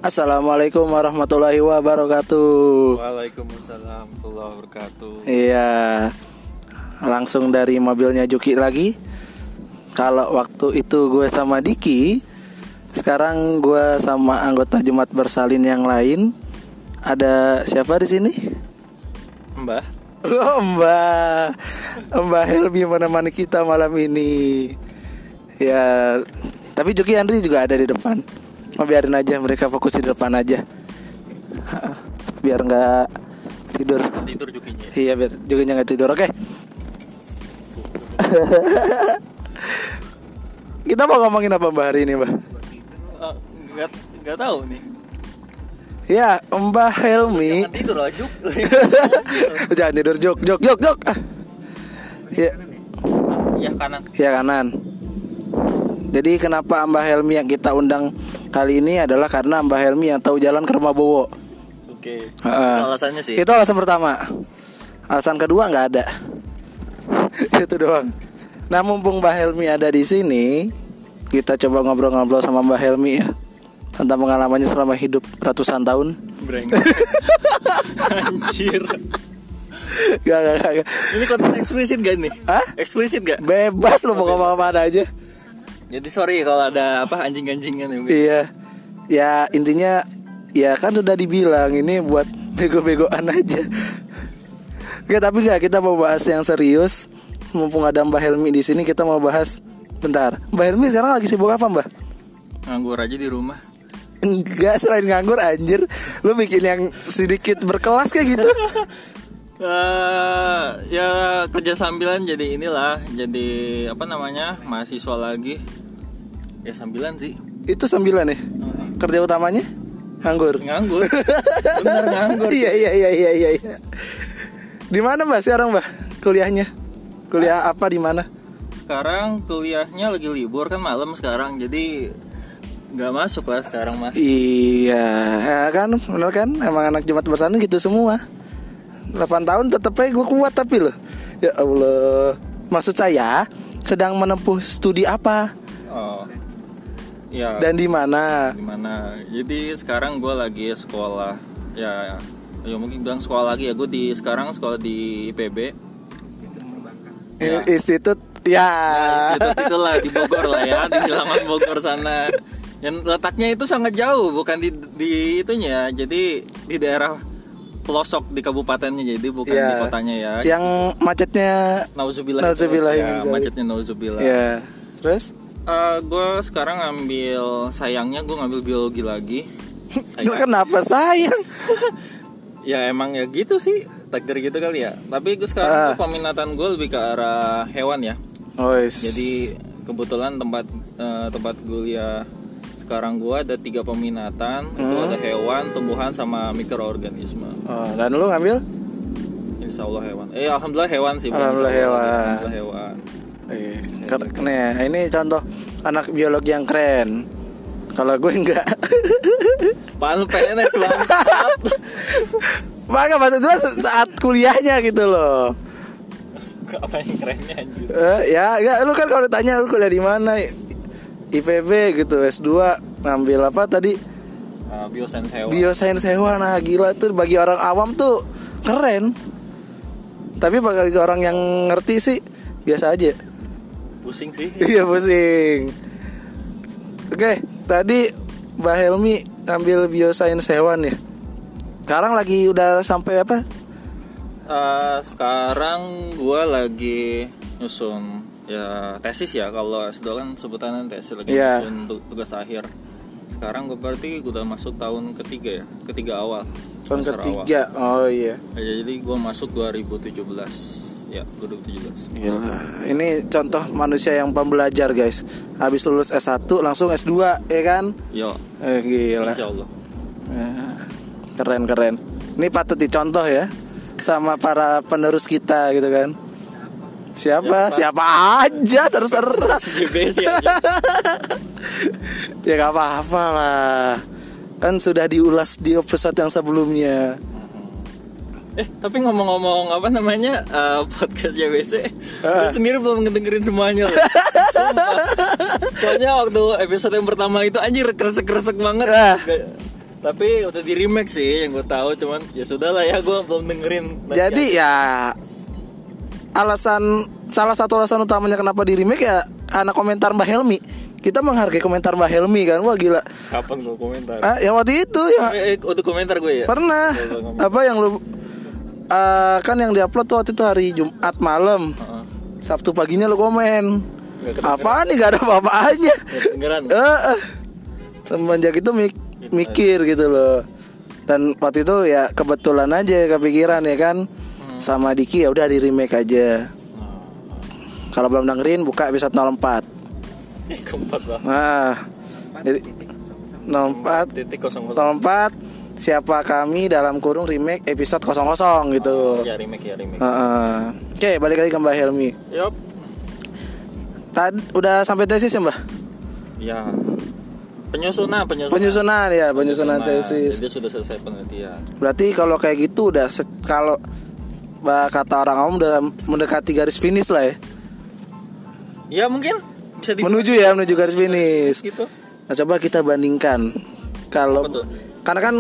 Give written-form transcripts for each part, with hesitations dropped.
Assalamualaikum warahmatullahi wabarakatuh. Waalaikumsalam warahmatullahi wabarakatuh. Iya, langsung dari mobilnya Juki lagi. Kalau waktu itu gue sama Diki, sekarang gue sama anggota Jumat Bersalin yang lain. Ada siapa di sini? Mbah. Oh, Mbah Helmi menemani kita malam ini. Ya, tapi Juki Andri juga ada di depan. Oh, biarin aja mereka fokus di depan aja. Biar nggak tidur. Tidur Jukinya. Iya, biar Jukinya nggak tidur. Oke. Kita mau ngomongin apa Mbah hari ini, Mbah? Nggak tahu nih. Ya, Mbah Helmi. Jangan tidur lah, Juk. Jangan tidur, Jok. Ya. Ya kanan. Ya kanan. Jadi kenapa Mbah Helmi yang kita undang kali ini adalah karena Mbah Helmi yang tahu jalan ke Rumah Bowo. Oke. Itu Alasannya sih. Itu alasan pertama. Alasan kedua nggak ada. Itu doang. Nah, mumpung Mbah Helmi ada di sini, kita coba ngobrol-ngobrol sama Mbah Helmi ya tentang pengalamannya selama hidup ratusan tahun. Brengsek. Anjir. Gak. Ini konten eksplisit gak nih? Hah? Eksplisit gak? Bebas lo mau ngomong apa aja. Jadi sorry kalau ada apa anjing-anjingan ya. Iya. Ya intinya ya kan udah dibilang ini buat bego-begoan aja. Oke, tapi kita mau bahas yang serius. Mumpung ada Mbah Helmi di sini, kita mau bahas. Bentar, Mbah Helmi sekarang lagi sibuk apa, Mbah? Nganggur aja di rumah. Enggak, selain nganggur anjir, lu bikin yang sedikit berkelas kayak gitu. Ya kerja sambilan jadi inilah, jadi apa namanya, mahasiswa lagi. Ya sambilan sih. Itu sambilan ya? Kerja utamanya? Nganggur. Bener nganggur. Iya. Di mana Mbah sekarang, Mbah? Kuliahnya? Kuliah apa di mana? Sekarang kuliahnya lagi libur kan malam sekarang, jadi nggak masuk lah sekarang mah. Iya, ya kan, bener kan? Emang anak Jumat Bersalin gitu semua. 8 tahun tetep aja gue kuat tapi loh. Ya Allah. Maksud saya sedang menempuh studi apa? Oh. Ya. Dan di mana? Jadi sekarang gue lagi sekolah. Ya mungkin bilang sekolah lagi ya. Gue sekarang sekolah di IPB. Ya. Institut ya. Institut itulah di Bogor lah ya, di Bilangan Bogor sana. Yang letaknya itu sangat jauh, bukan di itunya. Jadi di daerah pelosok di kabupatennya, jadi bukan di kotanya ya. Yang macetnya Nauzubillah. Ya, macetnya nauzubillah. Ya. Terus? Gue sekarang sayangnya gue ngambil biologi lagi. Kenapa sayang? Ya emang ya gitu sih, takdir gitu kali ya. Tapi gue sekarang peminatan gue lebih ke arah hewan ya. Jadi kebetulan tempat kuliah sekarang gue ada 3 peminatan. Itu ada hewan, tumbuhan, sama mikroorganisme. Dan lu ngambil? Insya Allah hewan. Alhamdulillah hewan sih. Alhamdulillah hewan. Keren ya. Ini contoh anak biologi yang keren. Kalau gue enggak. Apaan PNS bangsat. Maka maksud gue saat kuliahnya gitu loh. Apa yang kerennya anjir? Ya, lu kan kalau ditanya lu kuliah di mana? IPB gitu, S2 ngambil apa tadi? Biosains hewan. Nah, gila tuh bagi orang awam tuh keren. Tapi bagi orang yang ngerti sih biasa aja. Pusing sih. Iya, pusing. Oke, tadi Mbah Helmi ngambil biosains hewan ya. Sekarang lagi udah sampai apa? Sekarang gue lagi nyusun ya tesis ya. Kalau S2 kan sebutannya tesis, lagi nyusun tugas akhir. Sekarang gue berarti udah masuk tahun ketiga ya, ketiga awal. Tahun ketiga awal. Oh iya. Jadi gue masuk 2017. Ya 2017. Gila. Ini contoh manusia yang pembelajar guys. Habis lulus S1 langsung S2 ya kan? Yo. Gila. Insyaallah. Keren. Ini patut dicontoh ya sama para penerus kita gitu kan. Siapa aja terserah. Ya gak apa-apa lah. Kan sudah diulas di episode yang sebelumnya. Tapi ngomong-ngomong apa namanya podcast JBC, gue sendiri belum ngedengerin semuanya loh. Sumpah. Soalnya waktu episode yang pertama itu anjir kresek-kresek banget. Tapi udah di remake sih yang gue tahu, cuman ya sudahlah ya, gue belum dengerin. Jadi ya salah satu alasan utamanya kenapa di remake ya karena komentar Mbak Helmi. Kita menghargai komentar Mbak Helmi kan. Wah gila. Kapan gue komentar? Yang waktu itu ya. Untuk komentar gue ya. Pernah. Apa yang lu kan yang diupload tuh waktu itu hari Jumat malam. Sabtu paginya lu komen. Apaan nih, gak ada apa-apanya. Semenjak itu mikir gitu loh. Dan waktu itu ya kebetulan aja kepikiran ya kan. Sama Diki ya udah di remake aja. Kalau belum dengerin buka episode 04. Keempat lah. Nah, jadi 04 siapa kami dalam kurung remake episode 00 gitu. Ya remake. Oke, balik lagi ke Mbak Helmi. Yup. Tadi udah sampai tesis ya Mbak? Ya. Penyusunan tesis. Jadi sudah selesai penelitian. Berarti kalau kayak gitu udah kalau kata orang awam udah mendekati garis finish lah ya. Ya mungkin bisa menuju garis finish. Gitu. Nah, coba kita bandingkan. Kalau karena kan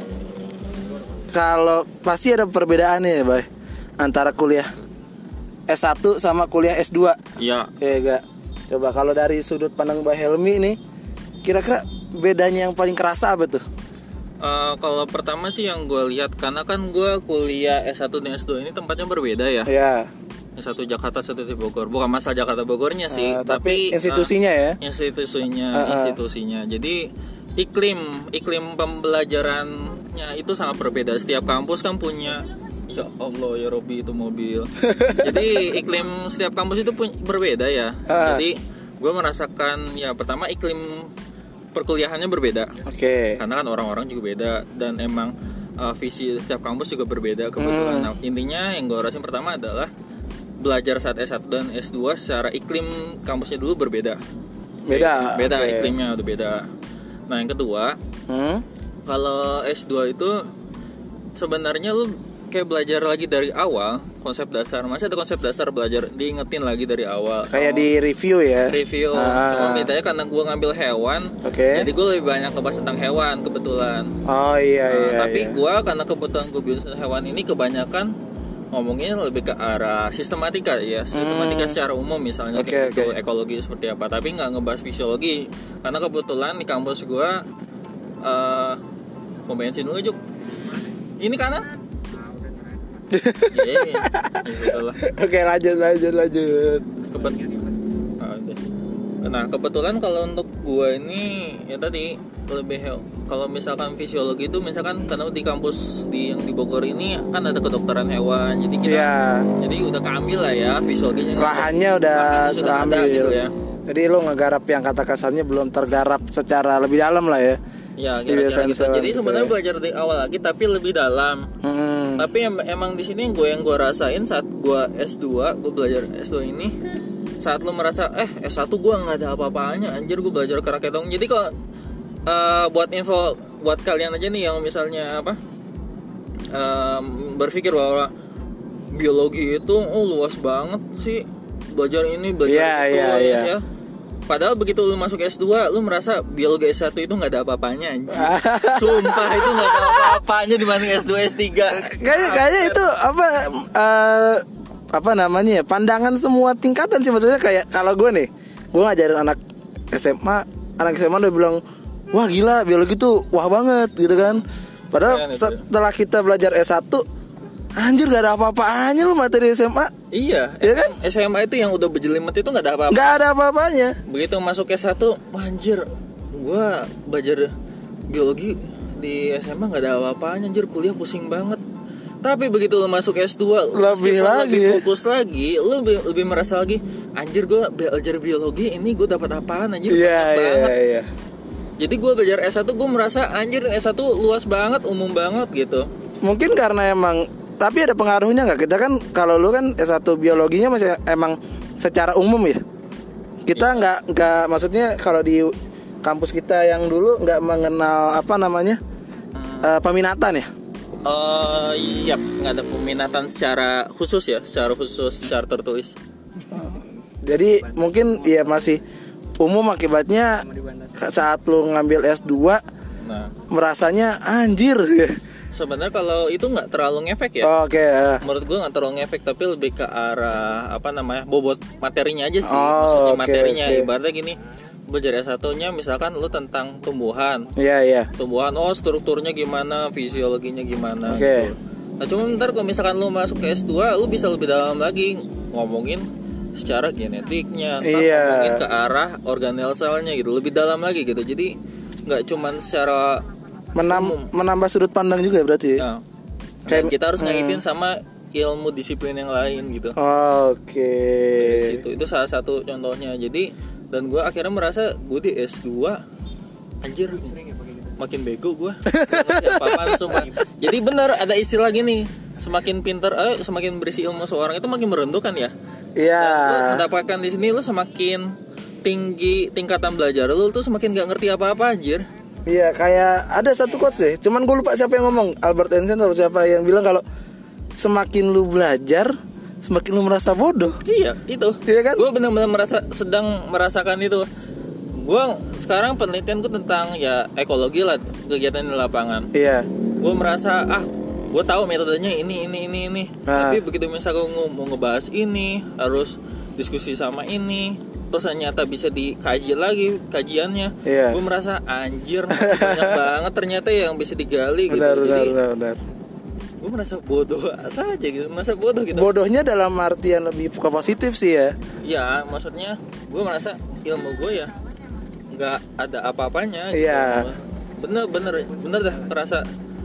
kalau pasti ada perbedaannya ya, Bay, antara kuliah S1 sama kuliah S2. Iya. Ya enggak. Coba kalau dari sudut pandang Mbak Helmi nih, kira-kira bedanya yang paling kerasa apa tuh? Kalau pertama sih yang gue lihat, karena kan gue kuliah S1 dan S2 ini tempatnya berbeda ya. Iya. S1 Jakarta, S1 di Bogor. Bukan masalah Jakarta Bogornya sih, tapi institusinya ya. Institusinya. Jadi iklim pembelajarannya itu sangat berbeda. Setiap kampus kan punya, ya Allah ya Robi itu mobil. Jadi iklim setiap kampus itu berbeda ya. Jadi gue merasakan ya pertama iklim perkuliahannya berbeda. Oke. Karena kan orang-orang juga beda dan emang visi setiap kampus juga berbeda kebetulan. Nah, intinya yang gue rasain pertama adalah belajar saat S1 dan S2 secara iklim kampusnya dulu berbeda. Beda okay. Iklimnya udah beda. Nah yang kedua, kalau S2 itu sebenarnya lu kayak belajar lagi dari awal konsep dasar. Masih ada konsep dasar belajar diingetin lagi dari awal. Kayak di review ya. Cuma bedanya karena gue ngambil hewan, jadi gue lebih banyak ngebahas tentang hewan kebetulan. Tapi gue karena kebetulan gue bisnis hewan ini kebanyakan ngomongin lebih ke arah sistematika ya, sistematika secara umum misalnya kayak ekologi seperti apa, tapi nggak ngebahas fisiologi karena kebetulan di kampus gue mau bensin dulu Juk. Ini kanan. Oke, lanjut. Nah kebetulan kalau untuk gue ini ya tadi lebih kalau misalkan fisiologi itu misalkan karena di kampus yang di Bogor ini kan ada kedokteran hewan, jadi kita jadi udah keambil lah ya fisiologinya, lahannya sudah ambil gitu ya. Jadi lo ngegarap yang kata kasarnya belum tergarap secara lebih dalam lah ya. Ya kira-kira gitu. Jadi sebenarnya belajar dari awal lagi tapi lebih dalam. Tapi emang di sini yang gue rasain saat gue S2, gue belajar S2 ini, saat lo merasa S1 gue nggak ada apa-apanya, anjir gue belajar keraketong. Jadi kalau buat info buat kalian aja nih yang misalnya berpikir bahwa biologi itu luas banget sih, belajar ini belajar itu ya. Padahal begitu lu masuk S2 lu merasa biologi S1 itu nggak ada apa-apanya anjir. Sumpah itu nggak ada apa-apanya dibanding S2 S3. Kayaknya itu apa namanya ya, pandangan semua tingkatan sih. Maksudnya kayak kalau gue ngajarin anak SMA udah bilang wah gila biologi tuh wah banget gitu kan. Padahal setelah kita belajar S1 anjir gak ada apa-apanya lu materi SMA. Iya kan? SMA itu yang udah berjelimet itu gak ada apa-apa. Gak ada apa-apanya. Begitu masuk S1 anjir gua belajar biologi di SMA gak ada apa-apanya, anjir kuliah pusing banget. Tapi begitu lu masuk S2 lebih fokus lagi, lu lebih merasa lagi anjir gua belajar biologi ini gua dapat apaan anjir, banget. Jadi gue belajar S1 gue merasa anjir S1 luas banget, umum banget gitu. Mungkin karena emang, tapi ada pengaruhnya nggak? Kita kan kalau lu kan S1 biologinya masih emang secara umum ya. Kita nggak maksudnya kalau di kampus kita yang dulu nggak mengenal apa namanya peminatan ya. Iya, nggak ada peminatan secara khusus ya, secara tertulis. Jadi mungkin ya masih umum akibatnya saat lu ngambil S2 merasanya anjir. Sebenarnya kalau itu nggak terlalu ngefek ya. Oke. Menurut gue nggak terlalu ngefek, tapi lebih ke arah bobot materinya aja sih. Maksudnya materinya ibaratnya gini, belajar S1-nya misalkan lu tentang tumbuhan. Iya. Tumbuhan, strukturnya gimana, fisiologinya gimana. Oke. Gitu. Nah cuma ntar kalau misalkan lu masuk ke S2, lu bisa lebih dalam lagi ngomongin secara genetiknya, ngomongin ke arah organel selnya gitu, lebih dalam lagi gitu. Jadi nggak cuman secara menambah sudut pandang juga berarti. Ya. Dan kita harus ngaitin sama ilmu disiplin yang lain gitu. Oke. Itu salah satu contohnya. Jadi dan gue akhirnya merasa gue di S2 anjir makin bego gue. Apa-apaan sumpah. Jadi benar ada istilah gini, semakin pintar, semakin berisi ilmu seorang itu makin merendahkan ya. Iya. Mendapatkan di sini lu semakin tinggi tingkatan belajar lu tuh semakin gak ngerti apa-apa anjir. Iya, kayak ada satu quotes deh, cuman gue lupa siapa yang ngomong, Albert Einstein atau siapa yang bilang kalau semakin lu belajar, semakin lu merasa bodoh. Iya, itu. Iya kan? Gue benar-benar sedang merasakan itu. Gue sekarang penelitianku tentang ya ekologi lah, kegiatan di lapangan. Iya. Gue merasa gue tahu metodenya ini. Tapi begitu misalnya gue mau ngebahas ini, harus diskusi sama ini. Terus ternyata bisa dikaji lagi kajiannya. Gue merasa anjir masih banyak banget ternyata yang bisa digali gitu. Benar. Gue merasa bodoh saja gitu, merasa bodoh gitu. Bodohnya dalam artian lebih positif sih ya. Ya maksudnya gue merasa ilmu gue ya nggak ada apa-apanya. Iya. Gitu. Bener dah merasa.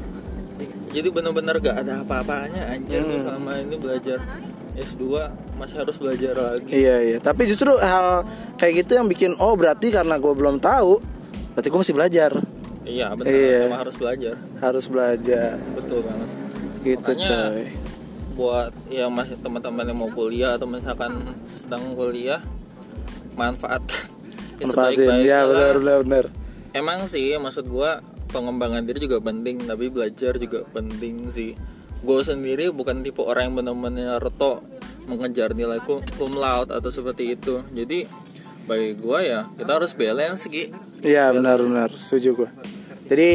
Jadi bener-bener gak ada apa-apanya anjir gue selama ini belajar S2 masih harus belajar lagi. Iya. Tapi justru hal kayak gitu yang bikin berarti karena gue belum tahu, berarti gue masih belajar. Iya benar. Memang harus belajar. Betul banget. Gitu. Makanya, coy. Buat yang masih teman-teman yang mau kuliah atau misalkan sedang kuliah, manfaatkan. Manfaatin. Ya benar. Emang sih maksud gue pengembangan diri juga penting, tapi belajar juga penting sih. Gue sendiri bukan tipe orang yang benar-benar reto mengejar nilai cum laude atau seperti itu. Jadi bagi gue ya kita harus balance Ki. Iya benar, setuju gue. Jadi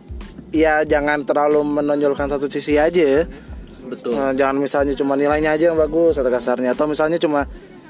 ya jangan terlalu menonjolkan satu sisi aja ya. Betul. Jangan misalnya cuma nilainya aja yang bagus atau kasarnya, atau misalnya cuma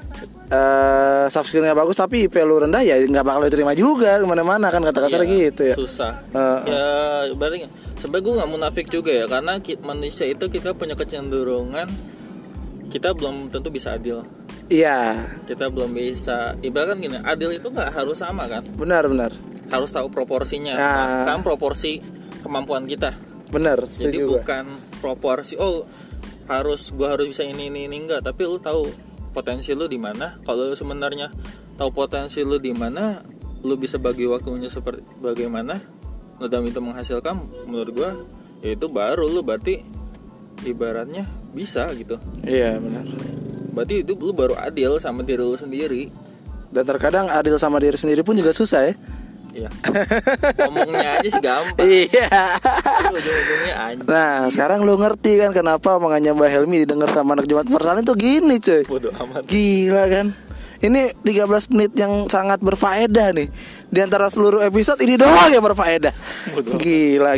soft skillnya bagus tapi IP lu rendah, ya nggak bakal diterima juga kemana-mana kan, kata kasar gitu ya. Susah. Ya berarti sebenarnya gue nggak munafik juga ya, karena manusia itu kita punya kecenderungan kita belum tentu bisa adil. Iya. Kita belum bisa. Ibaratkan gini, adil itu nggak harus sama kan? Benar. Harus tahu proporsinya. Kan proporsi kemampuan kita. Benar. Jadi bukan proporsi gua harus bisa ini enggak, tapi lu tahu potensi lu di mana. Kalau lu sebenarnya tahu potensi lu di mana, lu bisa bagi waktunya seperti bagaimana, dan itu menghasilkan, menurut gua ya itu baru lu berarti ibaratnya bisa gitu. Iya benar. Berarti itu lu baru adil sama diri lu sendiri. Dan terkadang adil sama diri sendiri pun juga susah ya. Iya. Ngomongnya aja sih gampang. Iya. Ujung-ujungnya anjing. Nah, sekarang lu ngerti kan kenapa omongannya Mbak Helmi didengar sama anak Jumat Persalin tuh gini, coy. Bodoh amat. Gila kan? Ini 13 menit yang sangat berfaedah nih. Di antara seluruh episode ini doang yang berfaedah. Bodoh. Gila.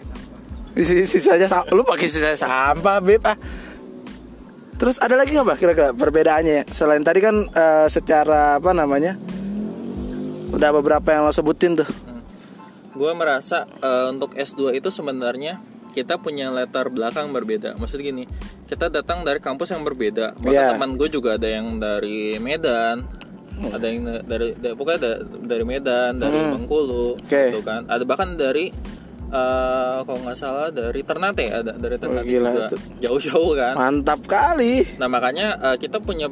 Sisanya lu pakai sisa sampah, Beb. Terus ada lagi nggak, Pak, kira-kira perbedaannya? Selain tadi kan secara udah beberapa yang lo sebutin tuh. Gue merasa untuk S2 itu sebenarnya kita punya latar belakang berbeda. Maksudnya gini, kita datang dari kampus yang berbeda. Bahkan teman gue juga ada yang dari Medan, ada yang dari Medan, dari Bengkulu, gitu kan. Ada bahkan dari kalau nggak salah dari Ternate, ada dari Ternate juga, jauh-jauh kan. Mantap kali. Nah makanya kita punya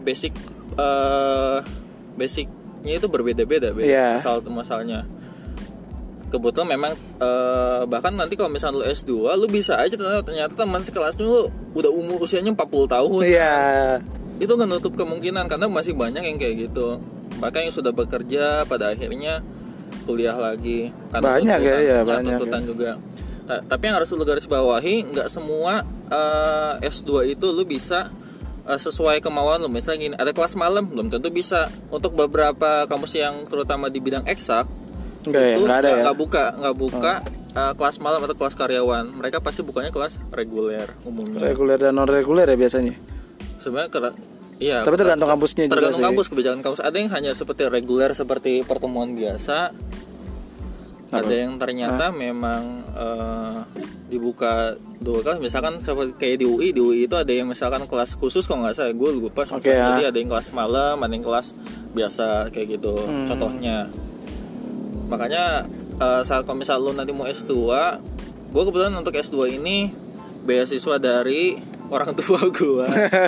basicnya itu berbeda-beda, masalahnya. Kebetulan memang bahkan nanti kalau misalnya lu S2, lu bisa aja ternyata teman sekelasnya lu udah usianya 40 tahun. Iya. Itu nggak nutup kemungkinan, karena masih banyak yang kayak gitu. Bahkan yang sudah bekerja pada akhirnya kuliah lagi. Banyak banyak tuntutan juga. Tapi yang harus lu garis bawahi, nggak semua S2 itu lu bisa sesuai kemauan lu. Misalnya gini, ada kelas malam, belum tentu bisa. Untuk beberapa kampus yang terutama di bidang eksak, nggak buka kelas malam atau kelas karyawan, mereka pasti bukannya kelas reguler umumnya. Reguler dan non reguler ya biasanya. Sebenarnya iya. Tapi tergantung kampusnya juga. Tergantung kampus, kebijakan kampus. Ada yang hanya seperti reguler seperti pertemuan biasa. Ada yang ternyata memang dibuka 2 kelas, misalkan seperti kayak di UI itu ada yang misalkan kelas khusus kalau nggak salah, gue lupa. Jadi ada yang kelas malam, ada yang kelas biasa kayak gitu. Contohnya. Makanya saat kalau misal lu nanti mau S2, gue kebetulan untuk S2 ini beasiswa dari orang tua gue.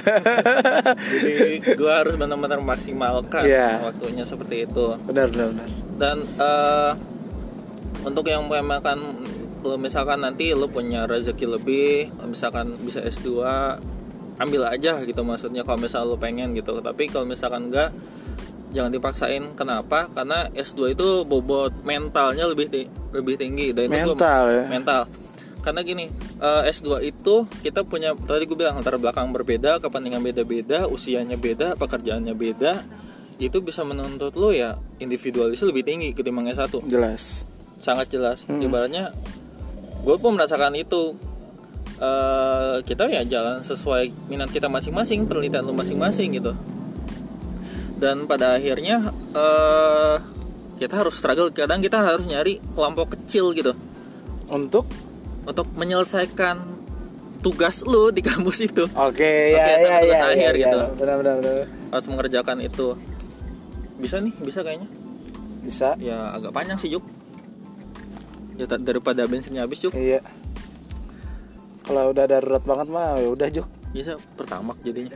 Jadi gue harus benar-benar maksimalkan waktunya seperti itu. Benar. Dan untuk yang memang lo misalkan nanti lo punya rezeki lebih, misalkan bisa S2, ambil aja gitu, maksudnya kalau misal lo pengen gitu. Tapi kalau misalkan enggak, jangan dipaksain. Kenapa? Karena S2 itu bobot mentalnya lebih tinggi. Dan mental. Karena gini, S2 itu kita punya, tadi gue bilang latar belakang berbeda, kepentingan beda-beda, usianya beda, pekerjaannya beda. Itu bisa menuntut lo ya individualisnya lebih tinggi ketimbang S1. Jelas. Sangat jelas. Ibaratnya gue pun merasakan itu. Kita ya jalan sesuai minat kita masing-masing, penelitian lu masing-masing gitu. Dan pada akhirnya kita harus struggle. Kadang kita harus nyari kelompok kecil gitu untuk menyelesaikan tugas lu di kampus itu. Oke, tugas akhir gitu. Benar. Harus mengerjakan itu. Bisa kayaknya. Bisa. Ya agak panjang sih, Juk. Ya daripada bensinnya habis, Juk. Iya. Kalau udah darurat banget mah ya udah, Juk. Bisa pertamak jadinya.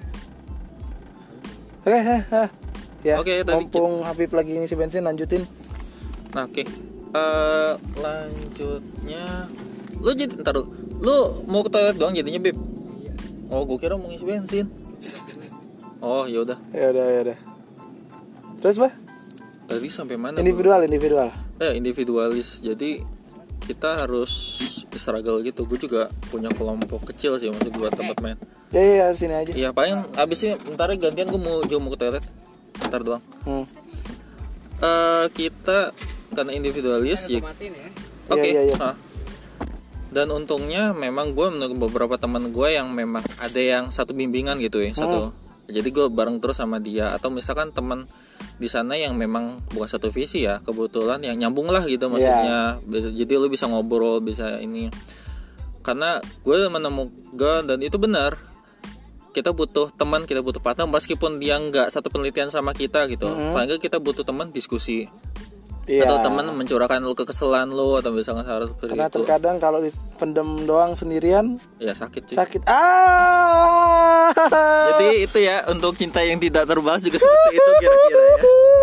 Oke, ya. Oke, mumpung Habib lagi ngisi bensin, lanjutin. Nah, oke. Lanjutnya lu mau ke toilet doang jadinya, Beb? Oh, gue kira mau ngisi bensin. Oh, ya udah. Ya udah. Terus, Pak? Tadi sampai mana? Individualis. Jadi kita harus struggle gitu. Gue juga punya kelompok kecil sih, maksud buat tempat main. Ya sini aja. Iya, paling abis ini bentar gantian gue mau ke toilet. Bentar doang. Kita karena individualis ya. Oke. Ya. Dan untungnya memang gue menurut beberapa teman gue yang memang ada yang satu bimbingan gitu ya, satu. Jadi gue bareng terus sama dia, atau misalkan teman di sana yang memang bukan satu visi ya, kebetulan yang nyambung lah gitu maksudnya. Jadi lu bisa ngobrol, bisa ini. Karena gue menemukan, dan itu benar, kita butuh teman, kita butuh partner meskipun dia nggak satu penelitian sama kita gitu. Paling nggak kita butuh teman diskusi. Atau teman mencurahkan lu kekesalan lu, atau misalkan harus seperti karena itu. Terkadang kalau dipendem doang sendirian ya sakit. Jadi itu ya, untuk cinta yang tidak terbalas juga seperti itu kira-kira ya.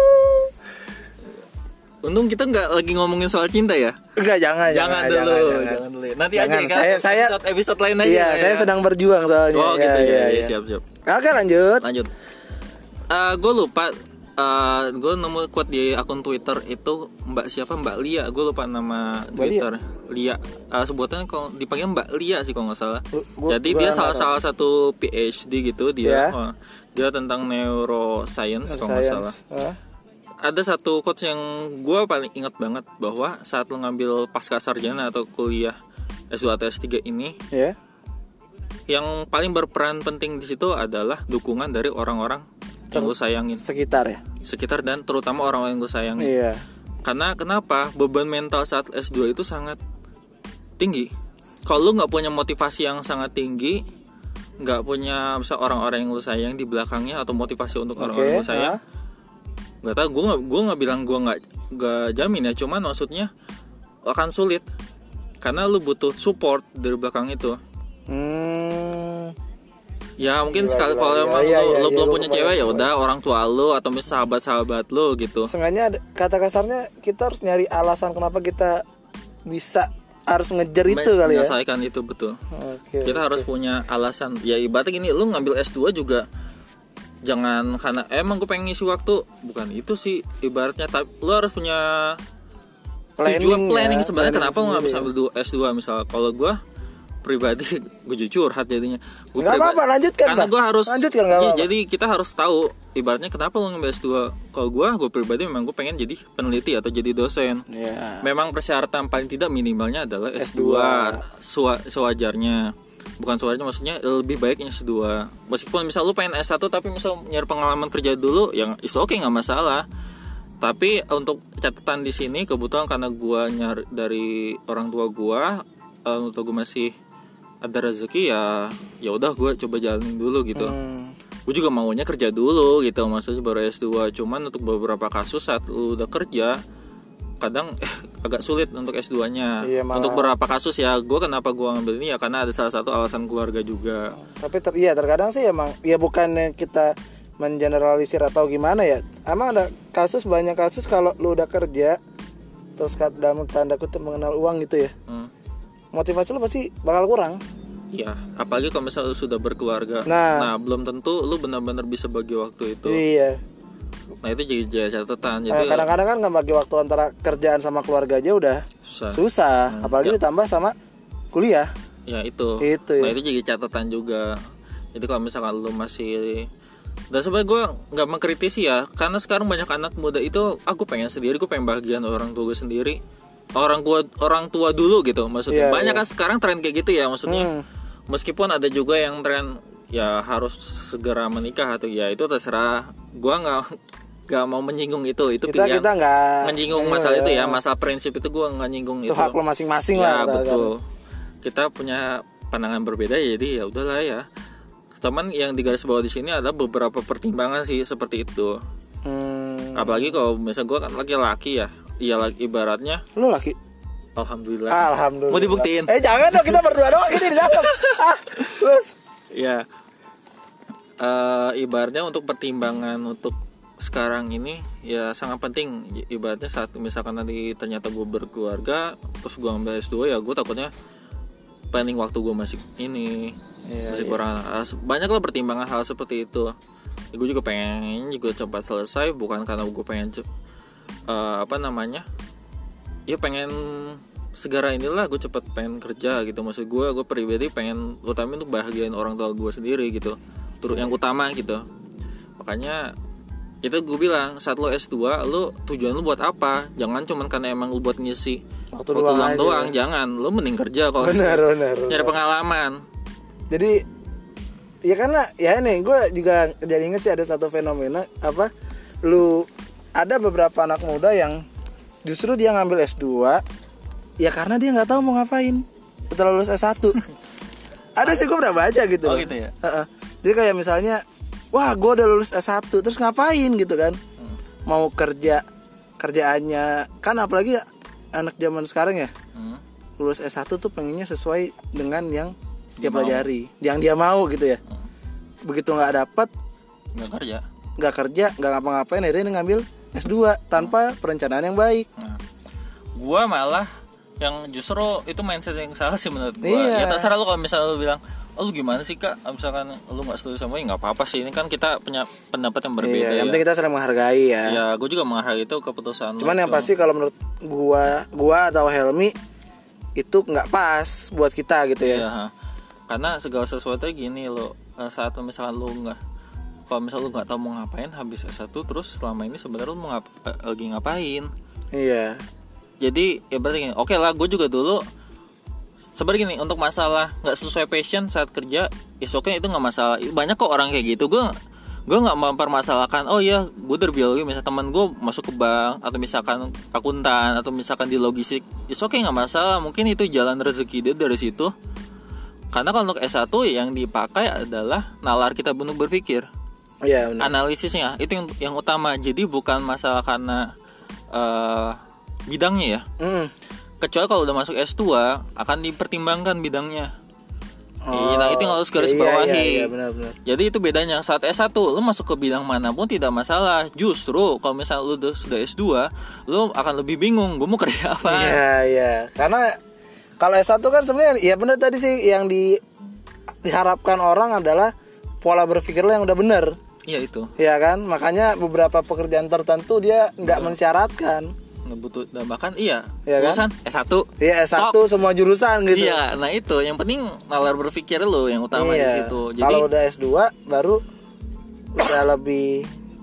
Untung kita nggak lagi ngomongin soal cinta ya. Enggak, jangan dulu. Nanti aja kan episode lain aja. Iya, saya sedang berjuang soalnya. Oh gitu ya. Siap. Oke, lanjut. Gue lupa. Gue nemu quote di akun Twitter itu Mbak Lia, gue lupa nama Twitter. Lia. Sebutannya kalau dipanggil Mbak Lia sih kalau nggak salah. Jadi dia salah satu PhD gitu dia. Dia tentang neuroscience kalau nggak salah. Ada satu quote yang gue paling ingat banget, bahwa saat lo ngambil pasca sarjana atau kuliah S2 atau S3 ini, yang paling berperan penting di situ adalah dukungan dari orang-orang yang lu sayangin, sekitar dan terutama orang-orang yang lu sayangin. Karena kenapa? Beban mental saat S2 itu sangat tinggi. Kalau lu nggak punya motivasi yang sangat tinggi, nggak punya misal orang-orang yang lu sayang di belakangnya, atau motivasi untuk orang-orang yang lu sayang, nggak tahu, gue nggak bilang gue nggak jamin ya, cuman maksudnya akan sulit karena lu butuh support dari belakang itu. Ya mungkin sekali kalau emang lu belum punya cewek, ya udah orang tua lu atau misal sahabat lu gitu. Sengaja kata kasarnya kita harus nyari alasan kenapa kita bisa harus ngejar itu kali ya. Menyelesaikan itu betul. Kita harus punya alasan. Ya ibaratnya gini, lu ngambil S2 juga jangan karena emang gue pengen ngisi waktu, bukan itu sih ibaratnya. Lu harus punya planning sebenarnya kenapa lu nggak bisa ambil S2 misal. Kalau gue pribadi, gue jujur jadinya. Gak apa-apa, lanjutkan. Karena gue harus. Lanjutkan, jadi kita harus tahu ibaratnya kenapa lu ngambil S2? Kalau gue pribadi memang gue pengen jadi peneliti atau jadi dosen. Memang persyaratan paling tidak minimalnya adalah S2. Sewajarnya. Bukan sewajarnya, maksudnya lebih baiknya S2. Meskipun misal lu pengen S1 tapi misal nyari pengalaman kerja dulu, yang is oke, nggak masalah. Tapi untuk catatan di sini kebetulan karena gue nyari dari orang tua gue, untuk gue masih ada rezeki ya udah gue coba jalanin dulu gitu. Gue juga maunya kerja dulu gitu, maksudnya baru S2. Cuman untuk beberapa kasus saat lu udah kerja kadang agak sulit untuk S2-nya. Untuk beberapa kasus ya, gue kenapa gue ngambil ini ya karena ada salah satu alasan keluarga juga. Tapi terkadang sih emang ya bukannya kita mengeneralisir atau gimana ya. Emang ada banyak kasus kalau lu udah kerja terus dalam tanda kutip mengenal uang gitu ya. Motivasi lu pasti bakal kurang. Iya, apalagi kalau misalnya lu sudah berkeluarga. Nah, belum tentu lu benar-benar bisa bagi waktu itu. Iya. Nah, itu jadi catatan. Jadi kadang-kadang kan nggak bagi waktu antara kerjaan sama keluarga aja udah susah. Apalagi ditambah sama kuliah. Ya itu. Nah, itu jadi catatan juga. Jadi kalau misalkan lu masih, dan sebenarnya gue nggak mengkritisi ya, karena sekarang banyak anak muda itu aku pengen sendiri, gue pengen bahagian orang tua gue sendiri, orang tua dulu gitu maksudnya. Banyak kan sekarang tren kayak gitu ya maksudnya. Meskipun ada juga yang tren ya harus segera menikah atau ya itu terserah. Gue nggak mau menyinggung itu pilihan. Kita nggak menyinggung masalah itu ya, masalah prinsip itu gue nggak nyinggung itu. Hak lo masing-masing ya, lah. Betul. Kita punya pandangan berbeda jadi ya udahlah ya. Teman yang digaris bawah di sini ada beberapa pertimbangan sih seperti itu. Apalagi kalau misalnya gue kan laki-laki ya, ibaratnya. Lu laki? Alhamdulillah. Alhamdulillah. Mau dibuktiin? Jangan dong, kita berdua doang ini di dalam. Terus. Ya. Ibaratnya untuk pertimbangan untuk sekarang ini ya sangat penting. Ibaratnya saat misalkan nanti ternyata gue berkeluarga terus gue ambil S2 ya gue takutnya planning waktu gue masih masih kurang. Banyak lah pertimbangan hal seperti itu. Ya, gue juga pengen juga cepat selesai, bukan karena gue pengen ya pengen segera inilah gue cepat pengen kerja gitu. Maksud gue pribadi pengen utamain untuk bahagiain orang tua gue sendiri gitu, turut yang utama gitu. Makanya itu gue bilang saat lo S2 lo tujuan lo buat apa, jangan cuman karena emang lo buat ngisi waktu doang. Jangan, lo mending kerja kalau nyari pengalaman. Jadi ya karena ya ini gue juga jadi inget sih ada satu fenomena ada beberapa anak muda yang justru dia ngambil S2 ya karena dia nggak tahu mau ngapain setelah lulus S1. Ada sih, gue pernah baca gitu. Oh gitu ya. Jadi kayak misalnya, wah gue udah lulus S1 terus ngapain gitu kan? Mau kerjaannya kan apalagi anak zaman sekarang ya. Lulus S1 tuh pengennya sesuai dengan yang dia pelajari, yang dia mau gitu ya. Begitu nggak dapet, nggak kerja, nggak ngapa-ngapain, akhirnya ngambil S2 tanpa perencanaan yang baik. Gua malah yang justru itu mindset yang salah sih menurut gua. Ya terserah lu kalau misalnya lu bilang, "Oh, lu gimana sih, Kak?" Misalkan lu enggak setuju sama ini, enggak apa-apa sih. Ini kan kita punya pendapat yang berbeda ya. Yang penting kita saling menghargai ya. Ya, gua juga menghargai itu keputusan. Cuman yang pasti kalau menurut gua atau Helmi itu enggak pas buat kita gitu ya. Iya, karena segala sesuatu gini lo, saat misalkan lu enggak, kalau misalnya lu nggak tahu mau ngapain habis S1 terus selama ini sebenarnya lu lagi ngapain? Iya. Jadi ya berarti gini, oke lah, gue juga dulu sebenarnya gini, untuk masalah nggak sesuai passion saat kerja, itu nggak masalah. Banyak kok orang kayak gitu. Gue nggak mempermasalahkan. Oh ya, gue dari biologi, misalnya teman gue masuk ke bank atau misalkan akuntan atau misalkan di logistik, nggak masalah. Mungkin itu jalan rezeki dia dari situ. Karena kalau untuk S1 yang dipakai adalah nalar kita untuk berpikir. Iya, benar. Analisisnya itu yang utama. Jadi bukan masalah karena bidangnya ya. Kecuali kalau udah masuk S2 akan dipertimbangkan bidangnya. Nah itu yang harus garis bawahi. Iya, benar. Jadi itu bedanya. Saat S1 lu masuk ke bidang manapun tidak masalah. Justru kalau misalnya lu sudah S2, lu akan lebih bingung gue mau kerja apa. Iya. Karena kalau S1 kan sebenarnya ya benar tadi sih, yang diharapkan orang adalah pola berpikir lo yang udah benar. Iya itu. Iya kan, makanya beberapa pekerjaan tertentu dia nggak mensyaratkan. Ngebutuh, dan bahkan iya kan? S1. Iya S1 top. Semua jurusan gitu. Iya, nah itu yang penting nalar berpikir lo yang utama di situ. Jadi kalau udah S2 baru udah lebih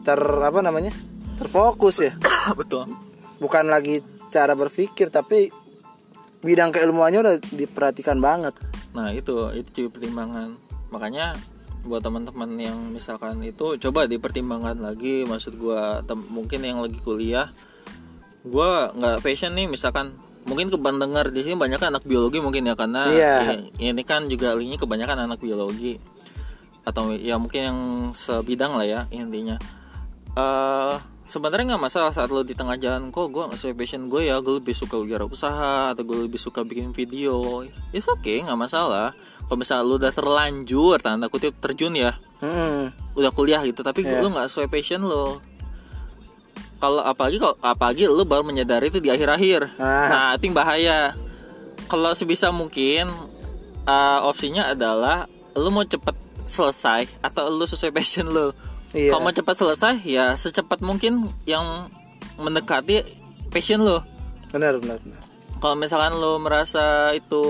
terfokus ya. Betul. Bukan lagi cara berpikir, tapi bidang keilmuannya udah diperhatikan banget. Nah itu juga pertimbangan. Makanya buat teman-teman yang misalkan itu coba dipertimbangkan lagi. Maksud gue mungkin yang lagi kuliah, gue nggak passion nih misalkan. Mungkin kebandengar di sini banyak anak biologi mungkin ya, karena ini kan juga linknya kebanyakan anak biologi atau ya mungkin yang sebidang lah ya intinya. Sebenarnya nggak masalah saat lo di tengah jalan, kok gue nggak sesuai passion gue ya, gue lebih suka wirausaha atau gue lebih suka bikin video. It's okay, nggak masalah. Kalau misalnya lo udah terlanjur tanda kutip terjun ya, udah kuliah gitu, tapi lo nggak sesuai passion lo. Kalau apalagi lo baru menyadari itu di akhir-akhir. Nah itu yang bahaya. Kalau sebisa mungkin opsinya adalah lo mau cepet selesai atau lo sesuai passion lo. Kalau mau cepat selesai ya secepat mungkin yang mendekati passion lo. Benar. Kalau misalkan lo merasa itu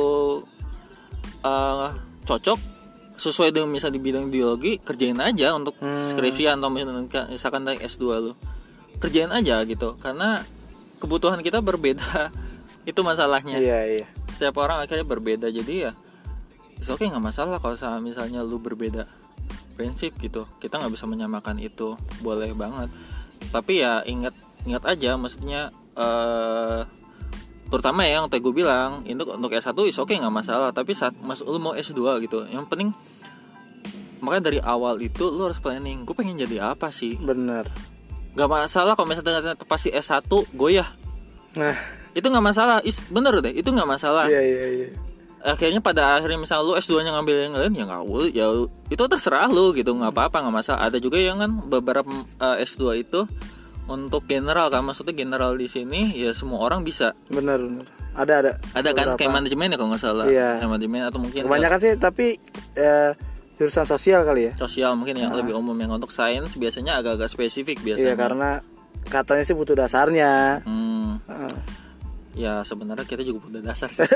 cocok sesuai dengan misalnya di bidang biologi, kerjain aja untuk skripsi atau misalkan S2 lo. Kerjain aja gitu, karena kebutuhan kita berbeda. Itu masalahnya. Iya. Setiap orang akhirnya berbeda, jadi ya oke, nggak masalah kalau misalnya lu berbeda prinsip gitu. Kita nggak bisa menyamakan itu, boleh banget. Tapi ya ingat aja, maksudnya terutama yang tadi gue bilang untuk S1 oke nggak masalah. Tapi saat lu mau S2 gitu, yang penting makanya dari awal itu lu harus planning. Gue pengen jadi apa sih? Bener. Gak masalah kalau misalnya pasti S1 goyah. Nah itu gak masalah, bener deh, itu gak masalah. Iya. Akhirnya pada akhirnya misalnya lu S2 nya ngambil yang lain, ya gak boleh, ya itu terserah lu gitu, gak apa-apa, gak masalah. Ada juga yang kan beberapa S2 itu untuk general kan, maksudnya general di sini ya semua orang bisa. Bener. Ada kan kayak manajemen ya kalau gak salah. Iya. Manajemen atau mungkin kebanyakan sih, tapi jurusan sosial kali ya. Sosial mungkin yang lebih umum. Yang untuk sains biasanya agak-agak spesifik biasanya. Iya, karena katanya sih butuh dasarnya. Ya sebenarnya kita juga butuh dasar sih.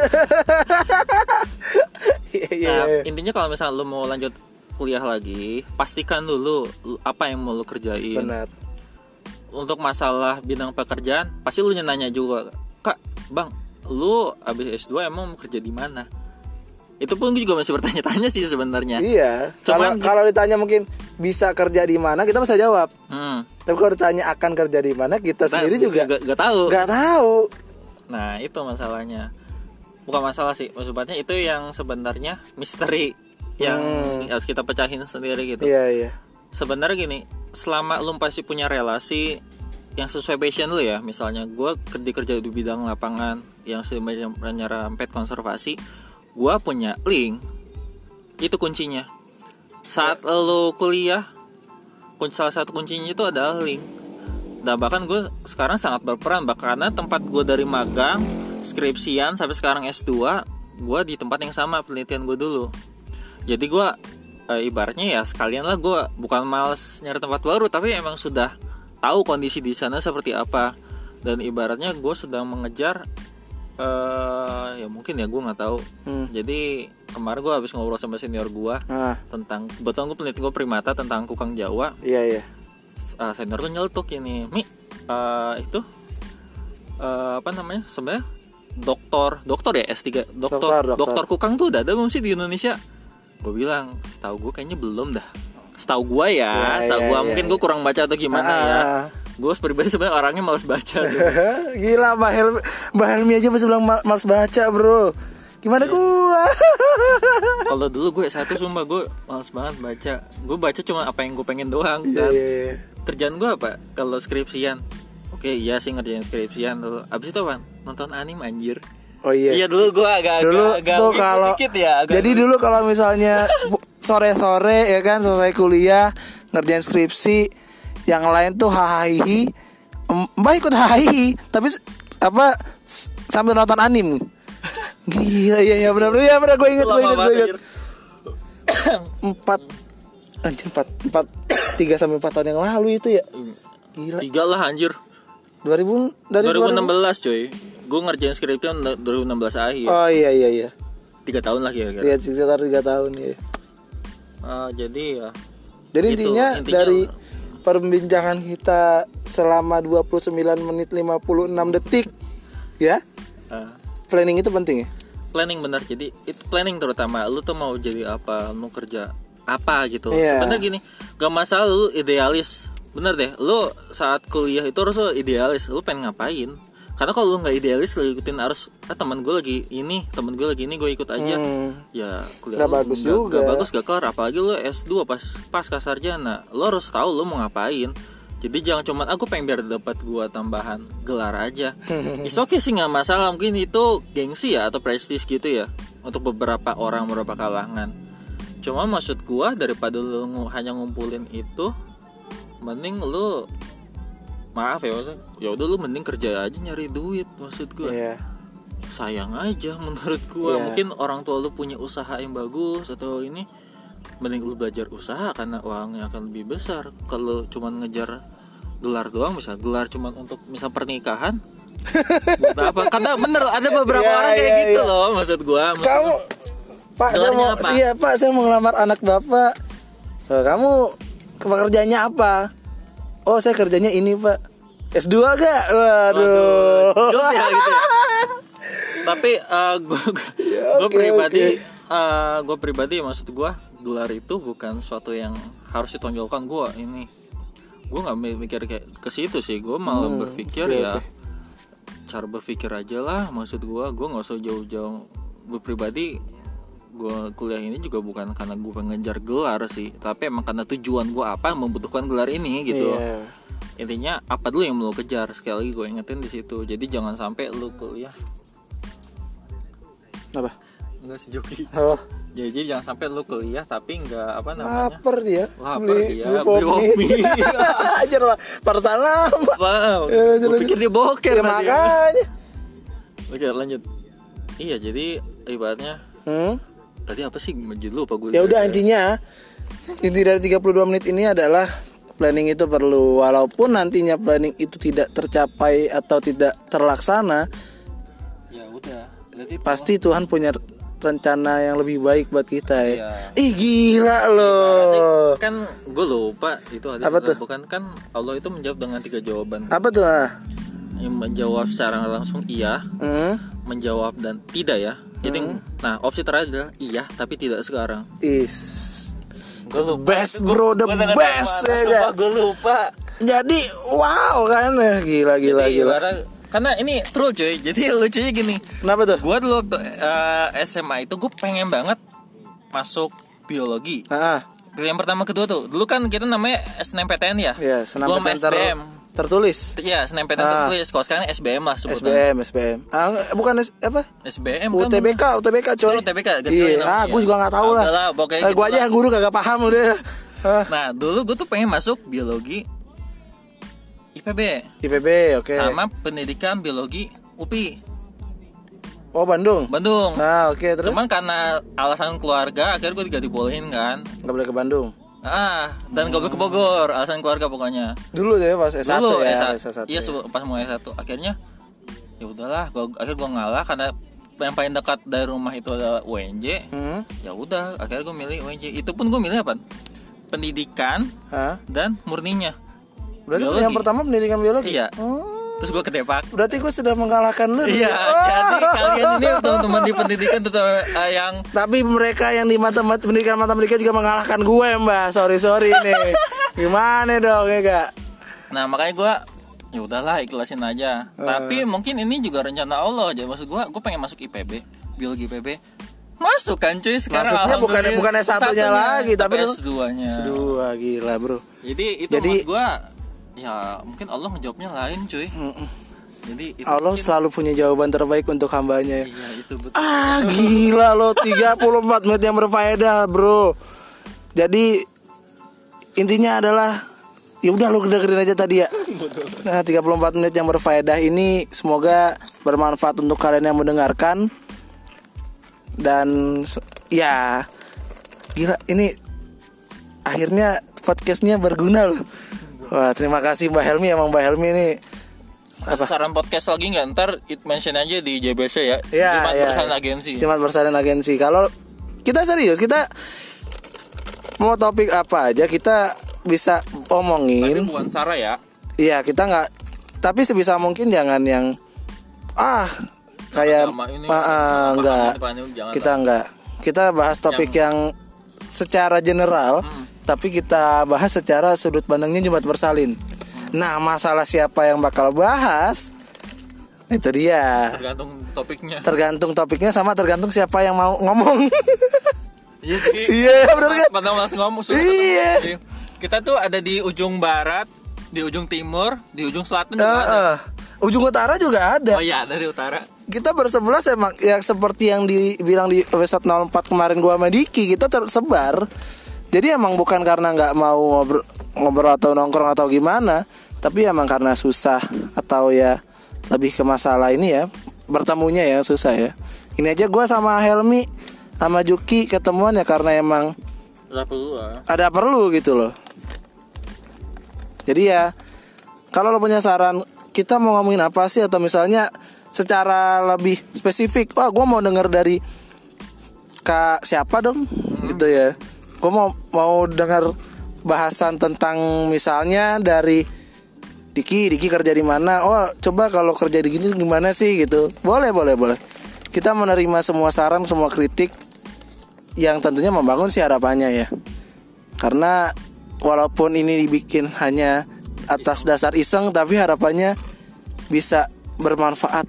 Iya. Intinya kalau misalnya lu mau lanjut kuliah lagi, pastikan dulu apa yang mau lu kerjain. Benar. Untuk masalah bidang pekerjaan, pasti lu nanya juga, Kak, Bang, lu abis S2 emang mau kerja di mana? Itu pun gue juga masih bertanya-tanya sih sebenarnya. Iya. Kalau ditanya mungkin bisa kerja di mana, kita bisa jawab. Tapi kalau ditanya akan kerja di mana, kita sendiri juga gak tahu. Gak tahu. Nah itu masalahnya. Bukan masalah sih, maksudnya itu yang sebenarnya misteri yang harus kita pecahin sendiri gitu. Iya. Sebenarnya gini, selama lu pasti punya relasi yang sesuai passion lu ya. Misalnya gue kerja di bidang lapangan yang sebenarnya rampet konservasi, gua punya link. Itu kuncinya. Saat lo kuliah, salah satu kuncinya itu adalah link. Dan bahkan gue sekarang sangat berperan, karena tempat gue dari magang, skripsian sampai sekarang S2, gue di tempat yang sama penelitian gue dulu. Jadi gue ibaratnya ya sekalian lah, gue bukan malas nyari tempat baru, tapi emang sudah tahu kondisi di sana seperti apa. Dan ibaratnya gue sedang mengejar ya mungkin ya gue nggak tahu. Jadi kemarin gue habis ngobrol sama senior gue tentang, kebetulan gue peneliti gue primata tentang kukang Jawa. Iya. Senior gue nyeletuk ini, itu apa namanya sebenarnya doktor ya S3 doktor kukang tuh udah ada belum sih di Indonesia? Gue bilang setahu gue kayaknya belum dah. Setahu gue mungkin gue kurang baca atau gimana ya. Gue pribadi sebenarnya orangnya malas baca. Gila, Mbak Helmi aja masih bilang malas baca, bro. Gimana gue? Kalau dulu gue S1 sumpah gue malas banget baca. Gue baca cuma apa yang gue pengen doang. Dan kerjaan gue apa? Kalau skripsian, oke, iya sih ngerjain skripsian dulu. Abis itu apa? Nonton anime anjir. Oh iya. Iya dulu gue agak dikit ya. Jadi dulu kalau misalnya sore-sore ya kan selesai kuliah ngerjain skripsi, yang lain tuh hahihi, Mbak ikut hahihi, tapi apa sambil nonton anime. Gila, iya benar gue inget. 3 sampai 4 tahun yang lalu itu ya. Gila. 3 lah anjir. 2016 coy. Gue ngerjain skripsi 2016 akhir. Oh iya. 3 tahun lah kira-kira. Iya, sekitar 3 tahun ya. Jadi ya. Jadi intinya dari perbincangan kita selama 29 menit 56 detik. Ya. Planning itu penting ya? Planning benar. Jadi itu planning terutama. Lu tuh mau jadi apa, mau kerja apa gitu. Sebenarnya gini, gak masalah lu idealis. Bener deh, lu saat kuliah itu harus lu idealis. Lu pengen ngapain? Karena kalau lu nggak idealis, lu ikutin harus teman gue lagi ini, gue ikut aja. Ya kuliah gak bagus juga. Gak bagus, gak kelar. Apalagi lu S2 pas sarjana, lu harus tahu lu mau ngapain. Jadi jangan cuma aku pengen biar dapat gua tambahan gelar aja. It's okay sih, nggak masalah. Mungkin itu gengsi ya atau prestis gitu ya untuk beberapa orang, beberapa kalangan. Cuma maksud gua daripada lu hanya ngumpulin itu, mending lu maaf ya maksud, ya udah lu mending kerja aja nyari duit maksud gua. Sayang aja menurut gua. Mungkin orang tua lu punya usaha yang bagus atau ini, mending lu belajar usaha karena uangnya akan lebih besar. Kalau cuma ngejar gelar doang, misal gelar cuma untuk misal pernikahan buat apa? Karena bener ada beberapa orang kayak gitu loh maksud gua. Kamu Pak, saya mau ngelamar anak Bapak. Kamu pekerjaannya apa? Oh, saya kerjanya ini, Pak. S2 gak? Waduh. Job ya gitu ya. Tapi gue pribadi maksud gue, gelar itu bukan sesuatu yang harus ditonjolkan. Gue nggak mikir kayak ke situ sih. Gue malah berpikir cara berpikir aja lah. Maksud gue nggak usah jauh-jauh. Gue pribadi, gue kuliah ini juga bukan karena gue pengen ngejar gelar sih, tapi emang karena tujuan gue apa membutuhkan gelar ini gitu. Intinya apa dulu yang mau lo kejar. Sekali lagi gue ingetin di situ. Jadi jangan sampai lo kuliah. Apa? Enggak sih Joki. Oh. Jadi jangan sampai lu kuliah tapi enggak apa namanya? Lapar dia. Beli kopi. Ajar lah. Persalam. Wow. Gue pikir dia boker ya, makanya. Oke, lanjut. Iya, jadi ibaratnya tadi apa sih? Jadi lupa gue. Ya udah, intinya inti dari 32 menit ini adalah planning itu perlu. Walaupun nantinya planning itu tidak tercapai atau tidak terlaksana, ya udah. Pasti Tuhan punya rencana yang lebih baik buat kita ya. Ih gila loh. Kan gue lupa itu ada. Apa tuh? Bukan kan Allah itu menjawab dengan 3 jawaban. Apa tuh? Yang menjawab secara langsung iya, menjawab dan tidak ya. Jadi nah opsi terakhir adalah iya tapi tidak sekarang. Gue lupa. Best bro, the best ya. Gue lupa. Jadi wow kan, gila. Karena ini true cuy. Jadi lucunya gini. Kenapa tuh? Gue dulu waktu SMA itu gue pengen banget masuk biologi. Yang pertama kedua tuh. Dulu kan kita namanya SNMPTN ya. Iya, SNMPTN tertulis. Iya, SNMPTN tertulis. Kalau sekarang SBM lah sebutannya. SBM. Bukan apa? SBM kan. UTBK coy. UTBK. Iya. Gue juga nggak tahu lah. Gue gitu aja yang guru kagak paham udah. Nah, dulu gue tuh pengen masuk biologi IPB, oke. Sama pendidikan biologi UPI. Oh, Bandung. Oke, terus. Cuman karena alasan keluarga akhirnya gue gak dibolehin kan. Gak boleh ke Bandung. Dan gak boleh ke Bogor, alasan keluarga pokoknya. Dulu ya pas S1 S1. Iya, pas mau S1. Akhirnya ya udahlah, akhirnya gue ngalah karena yang paling dekat dari rumah itu adalah UNJ. Ya udah, akhirnya gue milih UNJ. Itu pun gue milih apa? Pendidikan dan murninya. Berarti biologi. Yang pertama pendidikan biologi? Iya. Terus gue ke Depak. Berarti gue sudah mengalahkan lu. Iya, jadi kalian ini teman-teman di pendidikan tuh yang. Tapi mereka yang di pendidikan matematika juga mengalahkan gue, Mbak. Sorry nih. Gimana dong ya gak? Nah makanya gue ya udahlah ikhlasin aja. Tapi mungkin ini juga rencana Allah. Jadi maksud gue pengen masuk IPB, biologi IPB. Masuk kan cuy sekarang. Maksudnya bukan S1-nya lagi, tapi S2-nya. S2 gila bro. Jadi itu menurut gue. Ya mungkin Allah ngejawabnya lain cuy. Jadi itu Allah selalu punya jawaban terbaik untuk hambanya. Iya itu betul. Gila lo 34 menit yang berfaedah bro. Jadi intinya adalah ya udah lo dengerin aja tadi ya. Nah 34 menit yang berfaedah ini semoga bermanfaat untuk kalian yang mendengarkan. Dan ya gila ini akhirnya podcastnya berguna loh. Wah terima kasih Mbak Helmi. Emang Mbak Helmi ini apa? Saran podcast lagi nggak? Ntar mention aja di JBC ya. Jumat Bersalin Agensi. Jumat Bersalin Agensi. Kalau kita serius, kita mau topik apa aja kita bisa omongin. Tapi bukan Sarah ya. Iya, kita nggak. Tapi sebisa mungkin jangan yang kayak enggak. Kita enggak. Kita bahas topik yang secara general, tapi kita bahas secara sudut pandangnya Jumat bersalin. Nah, masalah siapa yang bakal bahas, itu dia. Tergantung topiknya sama tergantung siapa yang mau ngomong. Iya sih. Iya, benar kan? Pada langsung ngomong. Iya. Kita tuh ada di ujung barat, di ujung timur, di ujung selatan juga ada. Ujung utara juga ada. Oh iya, dari utara. Kita bersebelas emang ya seperti yang dibilang di episode 04 kemarin gua sama Diki, kita tersebar. Jadi emang bukan karena nggak mau ngobrol atau nongkrong atau gimana, tapi emang karena susah atau ya lebih ke masalah ini ya, bertemunya ya susah ya. Ini aja gua sama Helmi sama Juki ketemuan ya karena emang ada perlu gitu loh. Jadi ya kalau lo punya saran kita mau ngomongin apa sih, atau misalnya secara lebih spesifik, gue mau denger dari kak siapa dong, gitu ya. Gue mau dengar bahasan tentang misalnya dari Diki kerja di mana. Coba kalau kerja di gini gimana sih gitu. Boleh. Kita menerima semua saran, semua kritik yang tentunya membangun sih harapannya ya. Karena walaupun ini dibikin hanya atas dasar iseng, tapi harapannya bisa bermanfaat.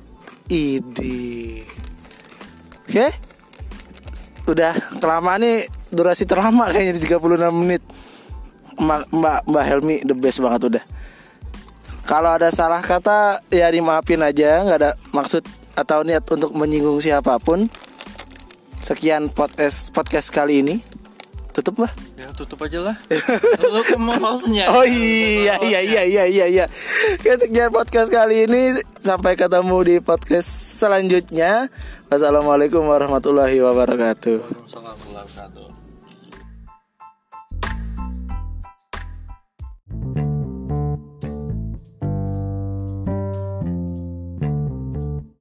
Oke? Udah kelamaan nih, durasi terlama kayaknya di 36 menit. Mbak Helmi the best banget udah. Kalau ada salah kata ya dimaafin aja, nggak ada maksud atau niat untuk menyinggung siapapun. Sekian podcast kali ini. Tutup lah. Ya tutup aja lah. Lu mau hostnya. Oh iya. Oke, sekian podcast kali ini. Sampai ketemu di podcast selanjutnya. Wassalamualaikum warahmatullahi wabarakatuh. Waalaikumsalam warahmatullahi wabarakatuh.